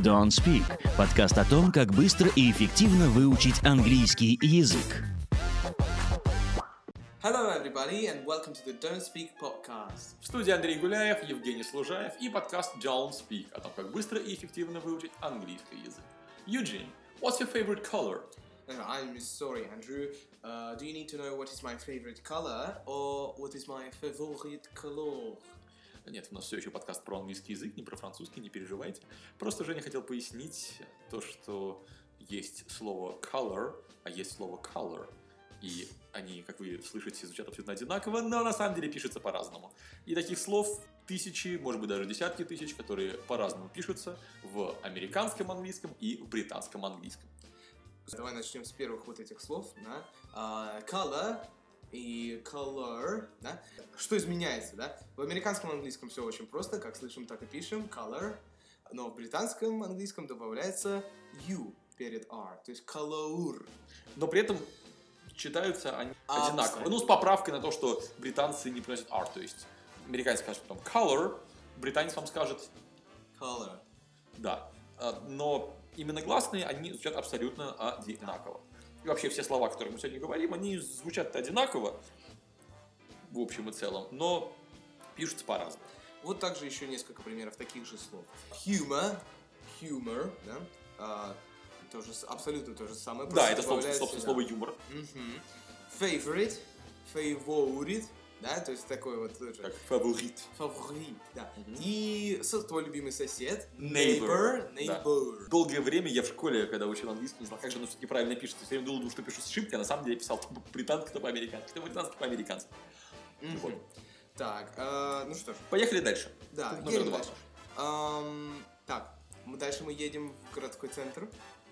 Don't Speak – подкаст о том, как быстро и эффективно выучить английский язык. Hello everybody and welcome to the Don't Speak podcast. В студии Андрей Гуляев, Евгений Служаев и подкаст Don't Speak о том, как быстро и эффективно выучить английский язык. Eugene, what's your favorite color? I'm sorry, Andrew. Do you need to know what is my favorite color or what is my favorite color? Нет, у нас все еще подкаст про английский язык, не про французский, не переживайте. Просто Женя хотел пояснить то, что есть слово color, а есть слово color. И они, как вы слышите, звучат абсолютно одинаково, но на самом деле пишутся по-разному. И таких слов тысячи, может быть даже десятки тысяч, которые по-разному пишутся в американском английском и в британском английском. Давай начнем с первых вот этих слов, да? Color и color, да? Что изменяется, да? В американском английском все очень просто, как слышим, так и пишем, color, но в британском английском добавляется U перед R, то есть color. Но при этом читаются они одинаково. Ну, с поправкой на то, что британцы не произносят R, то есть американец скажет потом color, британец вам скажет Color. да. Но именно гласные, они звучат абсолютно одинаково. И вообще все слова, которые мы сегодня говорим, они звучат одинаково в общем и целом, но пишутся по-разному. Вот также еще несколько примеров таких же слов. Humor, да? Тоже, абсолютно то же самое. Да, это, собственно, слово юмор. Favorite, да, то есть такой вот тоже. Как фаворит. Фаворит, да. И твой любимый сосед. Neighbor. Neighbor. Да. Долгое время я в школе, когда учил английский, не знал, как же оно все-таки правильно пишется. Все время думал, что пишу с ошибкой, а на самом деле я писал то по-британски, то по-американски, то по-британски, по-американски. Вот. Так, ну что ж. Поехали дальше. Да, номер 2. дальше. Так, дальше мы едем в городской центр.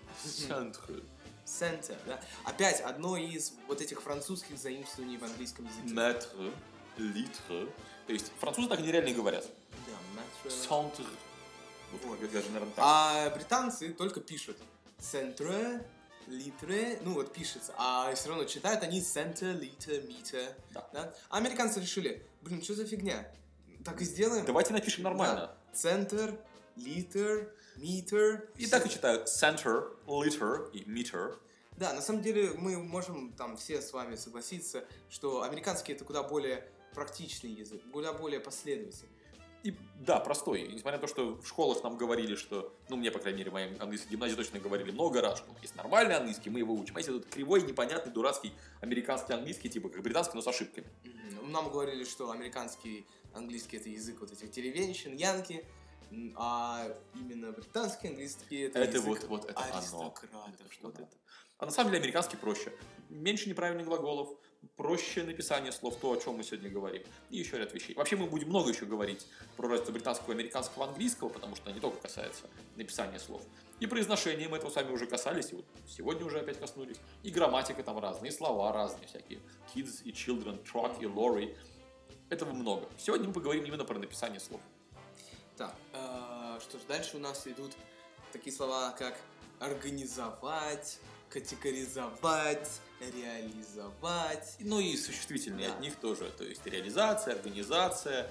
Center, да. Опять одно из вот этих французских заимствований в английском языке. Maître, litre. То есть французы так нереально и говорят. Да, Centre. Вот, даже, наверное, так. А британцы только пишут centre, litre, ну вот пишется, а все равно читают они center, litre, meter. Да. А американцы решили, что за фигня? Так и сделаем. Давайте напишем нормально. Да. Center, liter, meter. И так и читают center, liter и meter. Да, на самом деле мы можем там все с вами согласиться, что американский это куда более практичный язык, куда более последовательный. И да, простой. И несмотря на то, что в школах нам говорили, что, ну мне, по крайней мере, в моей английской гимназии точно говорили много раз, что есть нормальный английский, мы его учим. А если тут кривой, непонятный, дурацкий американский английский, типа как британский, но с ошибками. Нам говорили, что американский английский это язык вот этих деревенщин, янки, а именно британский английский это язык вот это аристократов. Это вот это. А на самом деле американский проще. Меньше неправильных глаголов, проще написание слов, то, о чем мы сегодня говорим. И еще ряд вещей. Вообще мы будем много еще говорить про разницу британского и американского английского, потому что она не только касается написания слов. И произношения мы этого с вами уже касались, и вот сегодня уже опять коснулись. И грамматика там разная, и слова разные всякие. Kids и children, truck и lorry. Этого много. Сегодня мы поговорим именно про написание слов. Так, что ж, дальше у нас идут такие слова, как организовать, категоризовать, реализовать. Ну и существительные от них тоже, то есть реализация, организация.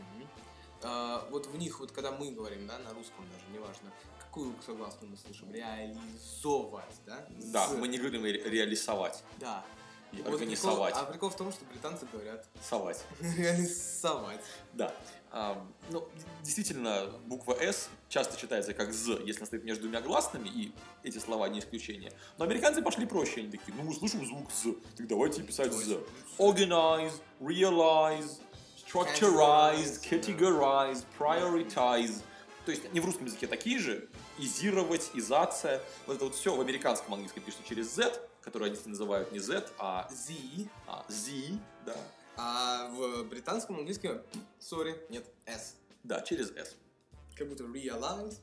Вот в них, вот когда мы говорим, да, на русском даже, неважно, какую согласную мы слышим, реализовать, да? Да, мы не говорим реализовать. Да. И вот организовать. Прикол в том, что британцы говорят совать. Реализовать. Да. Ну, действительно, буква «С» часто читается как «з», если она стоит между двумя гласными, и эти слова не исключение. Но американцы пошли проще, они такие, ну мы слышим звук «з», так давайте писать «з». Organize, realize, structurize, categorize, prioritize. То есть они в русском языке такие же, изировать, изация. Вот это вот все в американском английском пишется через «z», которую они называют не Z, а Z. Z, да. А в британском английском, нет, S. Да, через S. Как будто realize.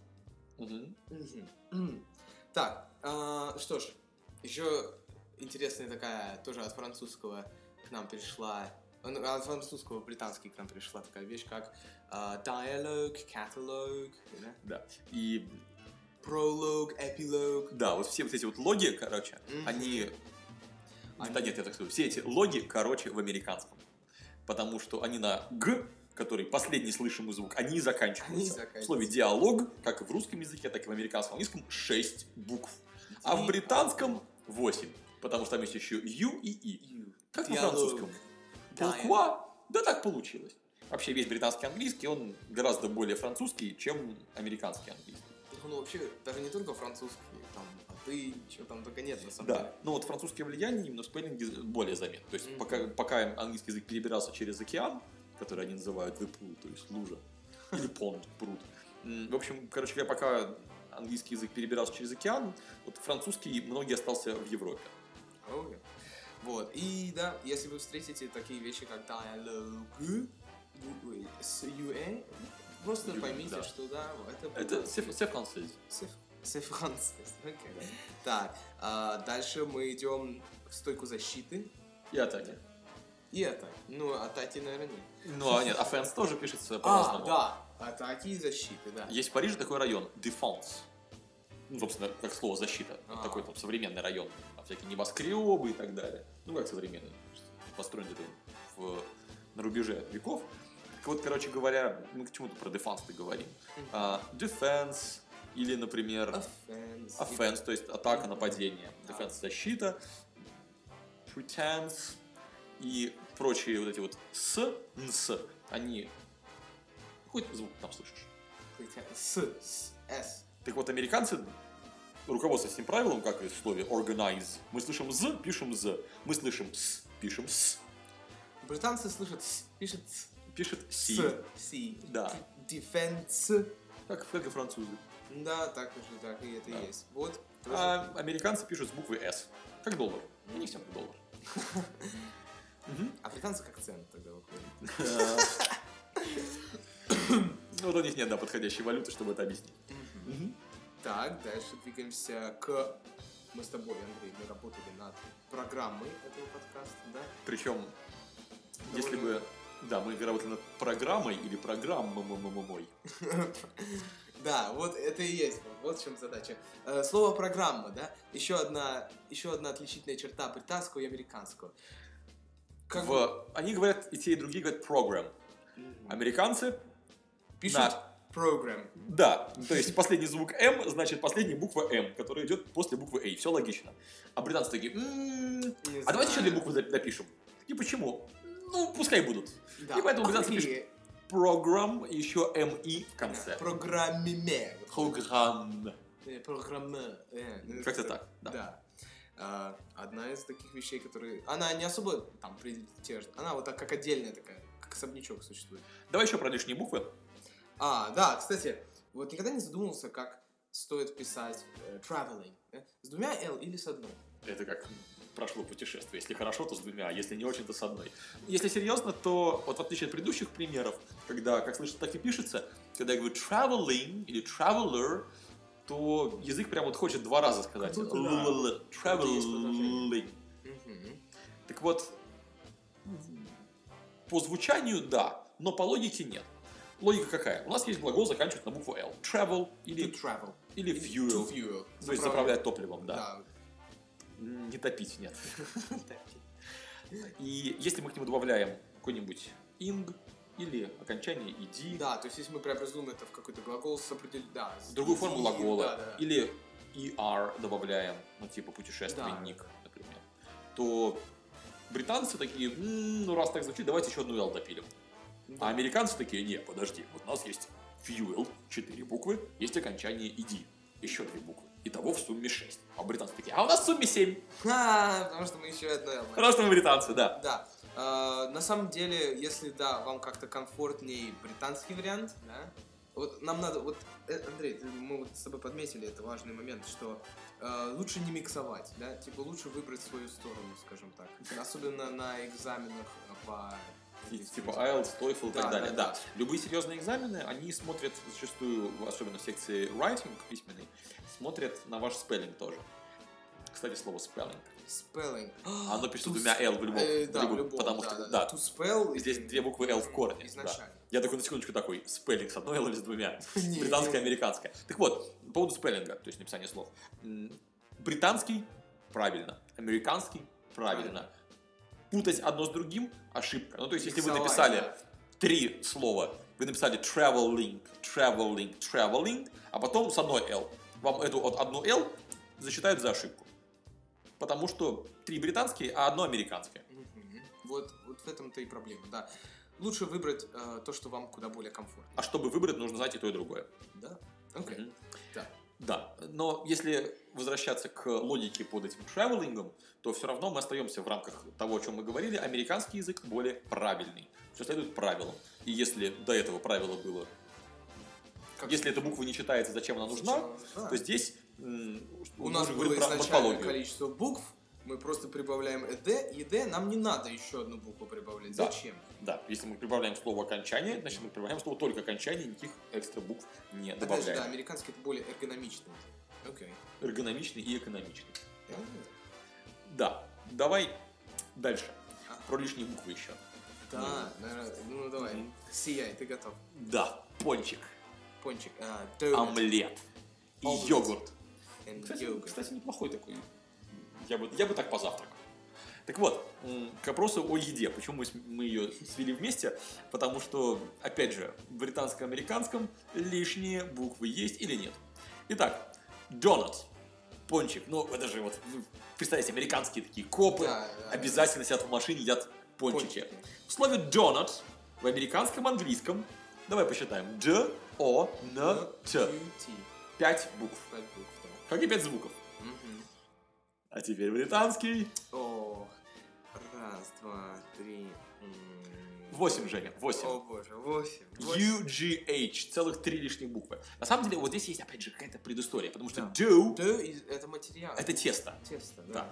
Так, что ж, еще интересная такая, тоже от французского к нам пришла, от французского в британский к нам пришла такая вещь, как dialogue, catalog. Да, и prologue, epilogue. Да, вот все вот эти вот логи, короче, они... Да нет, я так скажу. Все эти логи, короче, в американском. Потому что они на «г», который последний слышимый звук, они заканчиваются. Они заканчиваются. В слове диалог, как и в русском языке, так и в американском, английском 6 букв. А в британском 8. Потому что там есть еще ю и и. Как на французском. Pourquoi? Да так получилось. Вообще весь британский английский, он гораздо более французский, чем американский английский. Ну, вообще, даже не только французский, там, а ты, чего там только нет, на самом Да, деле. но вот французское влияние именно в спеллинге более заметно. То есть пока английский язык перебирался через океан, который они называют the pool, то есть лужа, или pond, пруд. В общем, короче говоря, пока английский язык перебирался через океан, вот французский многие остался в Европе. Okay. Вот, и да, если вы встретите такие вещи, как dialogue, с UA, просто поймите, да. что да, Это c'est français. C'est français. Okay. Так, дальше мы идем в стойку защиты. И атаки. И атаки. Ну, атаки, наверное, нет. Ну, а нет, offense тоже пишется по-разному. Да, атаки и защиты, да. Есть в Париже такой район, Défense. Ну, собственно, как слово защита. Вот такой там современный район. Там всякие небоскребы и так далее. Ну, как современный. Построен где-то на рубеже веков. Так вот, короче говоря, мы к чему-то про defense говорим. Defense или, например, offense, то есть атака, нападение. Defense — защита. Pretense и прочие вот эти вот нс, они... Какой ты звук там слышишь? S. Так вот, американцы, руководствуясь этим правилом, как и в слове organize, мы слышим з, пишем з. Мы слышим с, пишем с. Британцы слышат с, пишут с. Пишет си. Си. Да. Defense. Как и французы. Да, так уже, так и это и есть. Вот. А американцы пишут с буквы S. Как доллар. Ну, не всем как доллар. А британцы как цент тогда выходит. Вот у них нет, да, подходящей валюты, чтобы это объяснить. Так, дальше двигаемся к... Мы с тобой, Андрей, мы работали над программой этого подкаста, да? Причем, если бы... Да, мы работали над программой или программой. Да, вот это и есть, вот в чем задача. Слово программа, да? Еще одна отличительная черта британского и американского. Они говорят, и те, и другие говорят program. Американцы пишут program. Да, то есть последний звук М, значит последняя буква М, которая идет после буквы А. Все логично. А британцы такие, а давайте еще две буквы допишем. И почему? Ну, пускай будут. Да. И поэтому британцы пишут программ и еще МИ в конце. Программе. Программ. Программе. Как-то так, да. Да. Одна из таких вещей, которые... Она не особо там притяжна. Она вот так как отдельная такая, как особнячок существует. Давай еще про лишние буквы. Да, кстати, вот никогда не задумывался, как стоит писать traveling. С двумя L или с одной? Это как прошло путешествие. Если хорошо, то с двумя, а если не очень, то с одной. Если серьезно, то вот в отличие от предыдущих примеров, когда, как слышно, так и пишется, когда я говорю traveling или traveler, то язык прям вот хочет два раза сказать. Traveling. Так вот, по звучанию да, но по логике нет. Логика какая? У нас есть глагол, заканчивается на букву L. Travel или fuel. То есть заправлять топливом, да. Не топить, нет. И если мы к нему добавляем какой-нибудь ing или окончание ed. Да, то есть если мы преобразуем это в какой-то глагол с определенной... Да, в другую форму глагола. Или er добавляем, ну типа путешественник, например. То британцы такие, ну раз так звучит, давайте еще одну L допилим. Да. А американцы такие, не, подожди, вот у нас есть fuel, 4 буквы, есть окончание ed, еще 2 буквы. Итого в сумме 6. А британцы такие, а у нас в сумме 7. Потому что мы еще одно L. Потому что мы британцы, да. Да. На самом деле, если, да, вам как-то комфортнее британский вариант, да, вот нам надо, вот, Андрей, мы вот с тобой подметили, это важный момент, что лучше не миксовать, да, типа лучше выбрать свою сторону, скажем так. Особенно на экзаменах по... Типа IELTS, TOEFL и так далее. Да. Любые серьезные экзамены, они смотрят зачастую, особенно в секции writing письменный, смотрят на ваш спеллинг тоже. Кстати, слово spelling. Spelling. Оно пишется двумя L в любом. Потому что, да. To spell. Здесь 2 буквы L в корне. Изначально. Да. Я такой на секундочку такой, спеллинг с одной L или с двумя. Британское, американское. Так вот, по поводу спеллинга, то есть написания слов. Британский – правильно. Американский – правильно. Путать одно с другим – ошибка. Ну, то есть, если вы написали 3 слова. Вы написали traveling, traveling, traveling, а потом с одной L. Вам эту вот одну L засчитают за ошибку. Потому что 3 британские, а одно американское. Вот в этом-то и проблема, да. Лучше выбрать то, что вам куда более комфортно. А чтобы выбрать, нужно знать и то, и другое. Да? Окей. Да. Да, но если возвращаться к логике под этим traveling'ом, то все равно мы остаемся в рамках того, о чем мы говорили. Американский язык более правильный. Все следует правилам. И если до этого правило было, если эта буква не читается, зачем она нужна, то здесь у нас было изначальное количество букв, мы просто прибавляем «эд», и «д» нам не надо еще одну букву прибавлять. Да. Зачем? Да, если мы прибавляем слово «окончание», значит мы прибавляем слово только «окончание», никаких экстра букв не добавляем. Опять же, да, американский это более эргономичный. Окей. Эргономичный и экономичный. Да, давай дальше. Про лишние буквы еще. Да, ну давай. Сияй, ты готов. Да, пончик. Пончик. Омлет. И йогурт. Йогурт. Кстати, неплохой такой. Я бы так позавтракал. Так вот, к вопросу о еде. Почему мы ее свели вместе? Потому что, опять же, в британско-американском лишние буквы есть или нет. Итак, донат. Пончик. Ну, это же вот, представьте, американские такие копы. Обязательно сидят в машине, едят пончики. В слове donut в американском английском, давай посчитаем, D-O-N-T. 5 букв. 5 букв, да. Как и 5 звуков. А теперь британский. О, 1, 2, 3. 8, Женя, 8. О боже, 8. UGH, целых 3 лишних буквы. На самом деле, вот здесь есть, опять же, какая-то предыстория, потому что dough это материал. Это тесто. Тесто, да.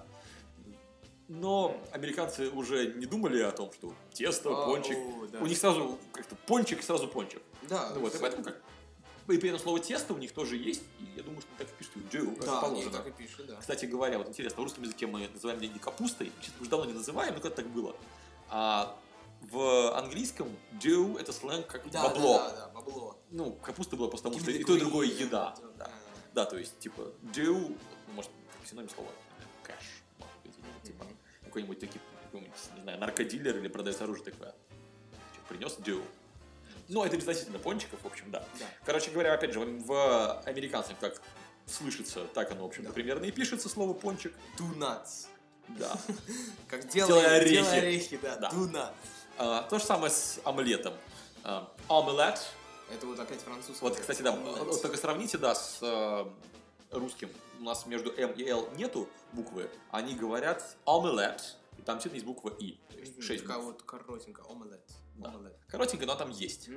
Но американцы уже не думали о том, что тесто, пончик. Да. У них сразу как-то пончик, сразу пончик. Да. Ну, вот, и поэтому как... И при этом слово тесто у них тоже есть, и я думаю, что они так и пишут dough, как положено. Да, так и пишут, да. Кстати говоря, вот интересно, в русском языке мы называем деньги капустой, сейчас уже давно не называем, но когда так было. А в английском dough это сленг как бабло. Да, бабло. Ну, капуста была просто потому, что и то, и другое еда. Да, то есть, типа, dough, может, как синоним слова, кэш, может быть, или типа, какой-нибудь такой, не знаю, наркодилер или продавец оружия такое. Принес dough. Ну, это безотносительно пончиков, в общем, да. Короче говоря, опять же, в американцах как слышится, так оно, в общем-то, примерно и пишется слово пончик. Do nuts. Да. Как делай орехи, да. Do nuts. То же самое с омлетом. Omelette. Это вот опять французский. Вот, кстати, да, вот только сравните, да, с русским. У нас между М и Л нету буквы. Они говорят omelette, и там действительно есть буква И. То есть 6 такая букв. вот коротенькая, omelette. Да. Коротенько, но там есть.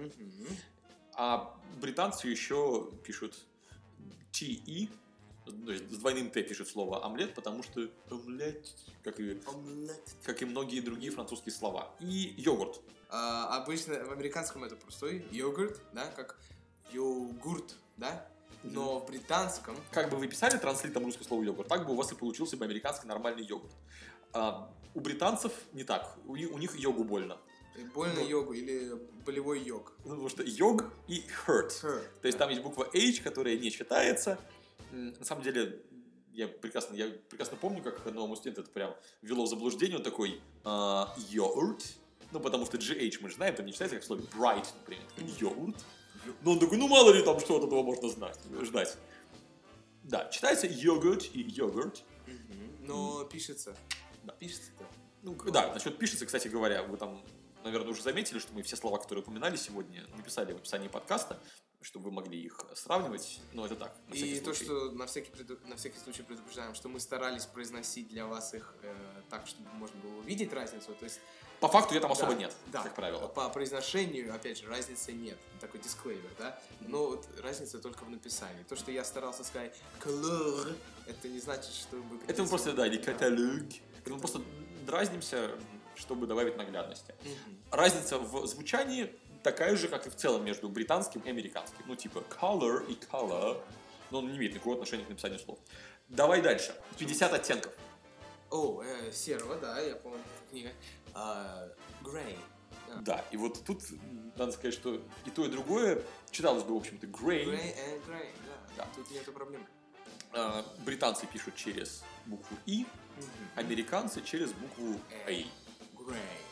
А британцы еще пишут TE, то есть с двойным Т пишут слово омлет, потому что омлет, как и многие другие французские слова. И йогурт. Обычно в американском это простой йогурт, да, как йогурт, да? Но в британском... Как бы вы писали транслитом русское слово йогурт, так бы у вас и получился бы американский нормальный йогурт. У британцев не так, у них йогу больно. Больно йогу или болевой йог. Потому что йог и hurt. То есть там есть буква H, которая не читается. На самом деле, я прекрасно помню, как одного студента это прям ввело в заблуждение. Он такой йогурт. Ну, потому что GH мы же знаем, там не читается как в слове bright, например. Йогурт. Но он такой, ну мало ли там что от этого можно ждать. Да, читается йогурт и йогурт. Но пишется. Да. Пишется-то. Ну, да, насчет пишется, кстати говоря, вы там, наверное, уже заметили, что мы все слова, которые упоминали сегодня, написали в описании подкаста, чтобы вы могли их сравнивать, но это так. И то, что на всякий случай предупреждаем, что мы старались произносить для вас их так, чтобы можно было увидеть разницу, то есть... По факту ее там особо нет, как правило. По произношению, опять же, разницы нет, такой дисклеймер, да, но вот разница только в написании. То, что я старался сказать color, это не значит, что мы... Это мы просто, да, не каталог, это мы просто дразнимся, чтобы добавить наглядности. Разница в звучании такая же, как и в целом между британским и американским. Ну, типа color и color, но он не имеет никакого отношения к написанию слов. Давай дальше. 50 оттенков. Серого, да, я помню, книга. Grey. Да, и вот тут надо сказать, что и то, и другое читалось бы, в общем-то, grey. Grey and grey, да. Тут нету проблем. Британцы пишут через букву И, американцы через букву A. Grey.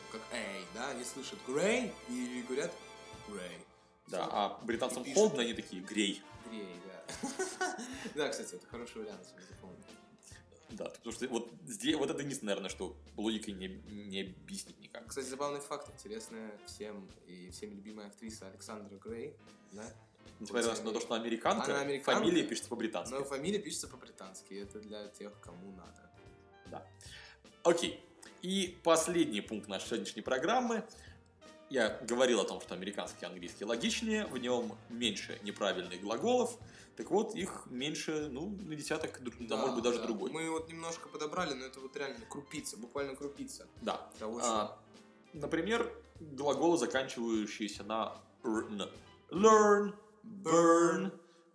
как эй, да, они слышат грей и говорят грей. Да, а британцам И холодно, они такие грей. Грей, да. Да, кстати, это хороший вариант, если запомнить. Да, потому что вот здесь, вот это единственное, наверное, что логикой не объяснить никак. Кстати, забавный факт, интересная всем и всеми любимая актриса Александра Грей, да? Несмотря на то, что она американка, Она американка, фамилия пишется по-британски. Но фамилия пишется по-британски, это для тех, кому надо. Да. Окей. И последний пункт нашей сегодняшней программы. Я говорил о том, что американский английский логичнее, в нем меньше неправильных глаголов. Так вот, их меньше, на десяток, Да, может быть, даже другой. Мы вот немножко подобрали, но это вот реально крупица, буквально крупица. Да. Того, что... Например, глаголы, заканчивающиеся на «rn». Learn, burn.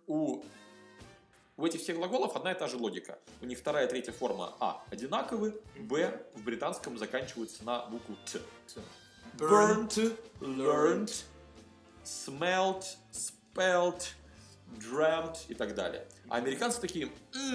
У этих всех глаголов одна и та же логика. У них вторая и третья форма А одинаковы, Б в британском заканчиваются на букву Т. Burnt, learned, smelt, spelt, dreamt и так далее. А американцы такие,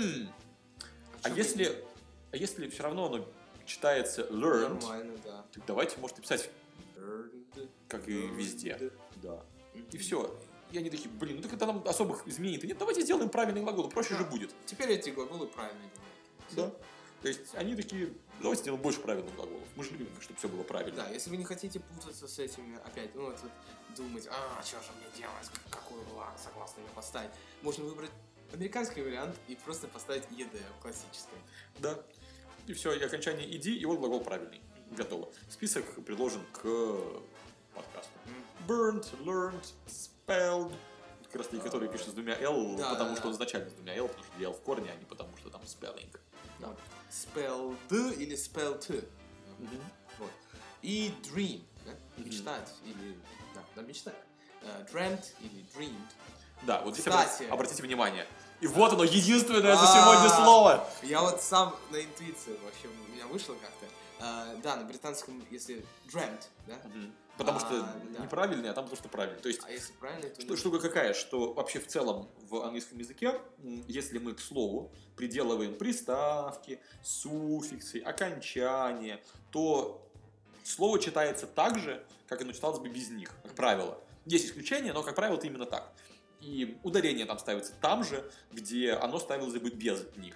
а если все равно оно читается learned, Нормально, да. так давайте, может, и писать, Learned, как и learned. везде. Да. И все. И они такие, ну так это нам особых изменений-то нет, давайте сделаем правильный глагол, проще же будет. Теперь эти глаголы правильные. Да. То есть они такие, давайте сделаем больше правильных глаголов. Мы же любим, чтобы все было правильно. Да, если вы не хотите путаться с этими, опять, вот думать, что же мне делать, какую согласную мне поставить, можно выбрать американский вариант и просто поставить ED классический. Да. И все, и окончание иди, и вот глагол правильный. Готово. Список приложен к подкасту. Burnt, learned, spelled. Как раз таки, который пишет с двумя L, Да, потому да, что да. он изначально с двумя L, потому что L в корне, а не потому что там spelling. Да. Вот. Spelled или spelled. Вот. И dream, да? Мечтать или, да, мечтать. Dreamt или dreamed. Да, вот здесь Кстати. обратите внимание. И вот оно, единственное за сегодня слово. Я вот сам на интуиции вообще у меня вышло как-то. Да, на британском, если dreamt, да? Потому что да. неправильный, а там то, что правильный. То есть, А если правильно, то штука какая, что вообще в целом в английском языке, если мы к слову приделываем приставки, суффиксы, окончания, то слово читается так же, как оно читалось бы без них, как правило. Есть исключения, но, как правило, это именно так. И ударение там ставится там же, где оно ставилось бы без них.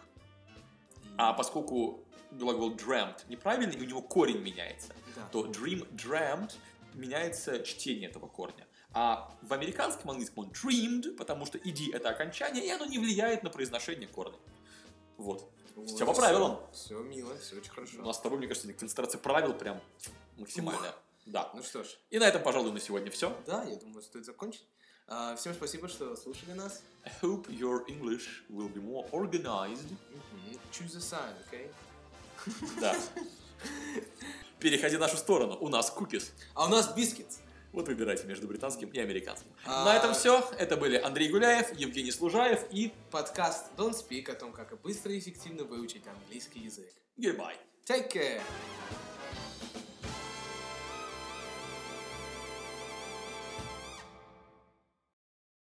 А поскольку глагол dreamt неправильный, и у него корень меняется, Да. то dream, dreamt меняется чтение этого корня. А в американском английском он dreamed, потому что иди это окончание, и оно не влияет на произношение корня. Вот. Все по правилам. Все мило, все очень хорошо. У нас с тобой, мне кажется, концентрация правил прям максимальная. Да. Ну что ж, И на этом, пожалуй, на сегодня все. да, я думаю, стоит закончить. Всем спасибо, что слушали нас. I hope your English will be more organized. Choose a side, okay? Да. Переходи в нашу сторону. У нас cookies. А у нас бискет. Вот выбирайте между британским и американским. А- На этом все. Это были Андрей Гуляев, Евгений Служаев и Подкаст Don't Speak о том, как быстро и эффективно выучить английский язык. Goodbye. Take care!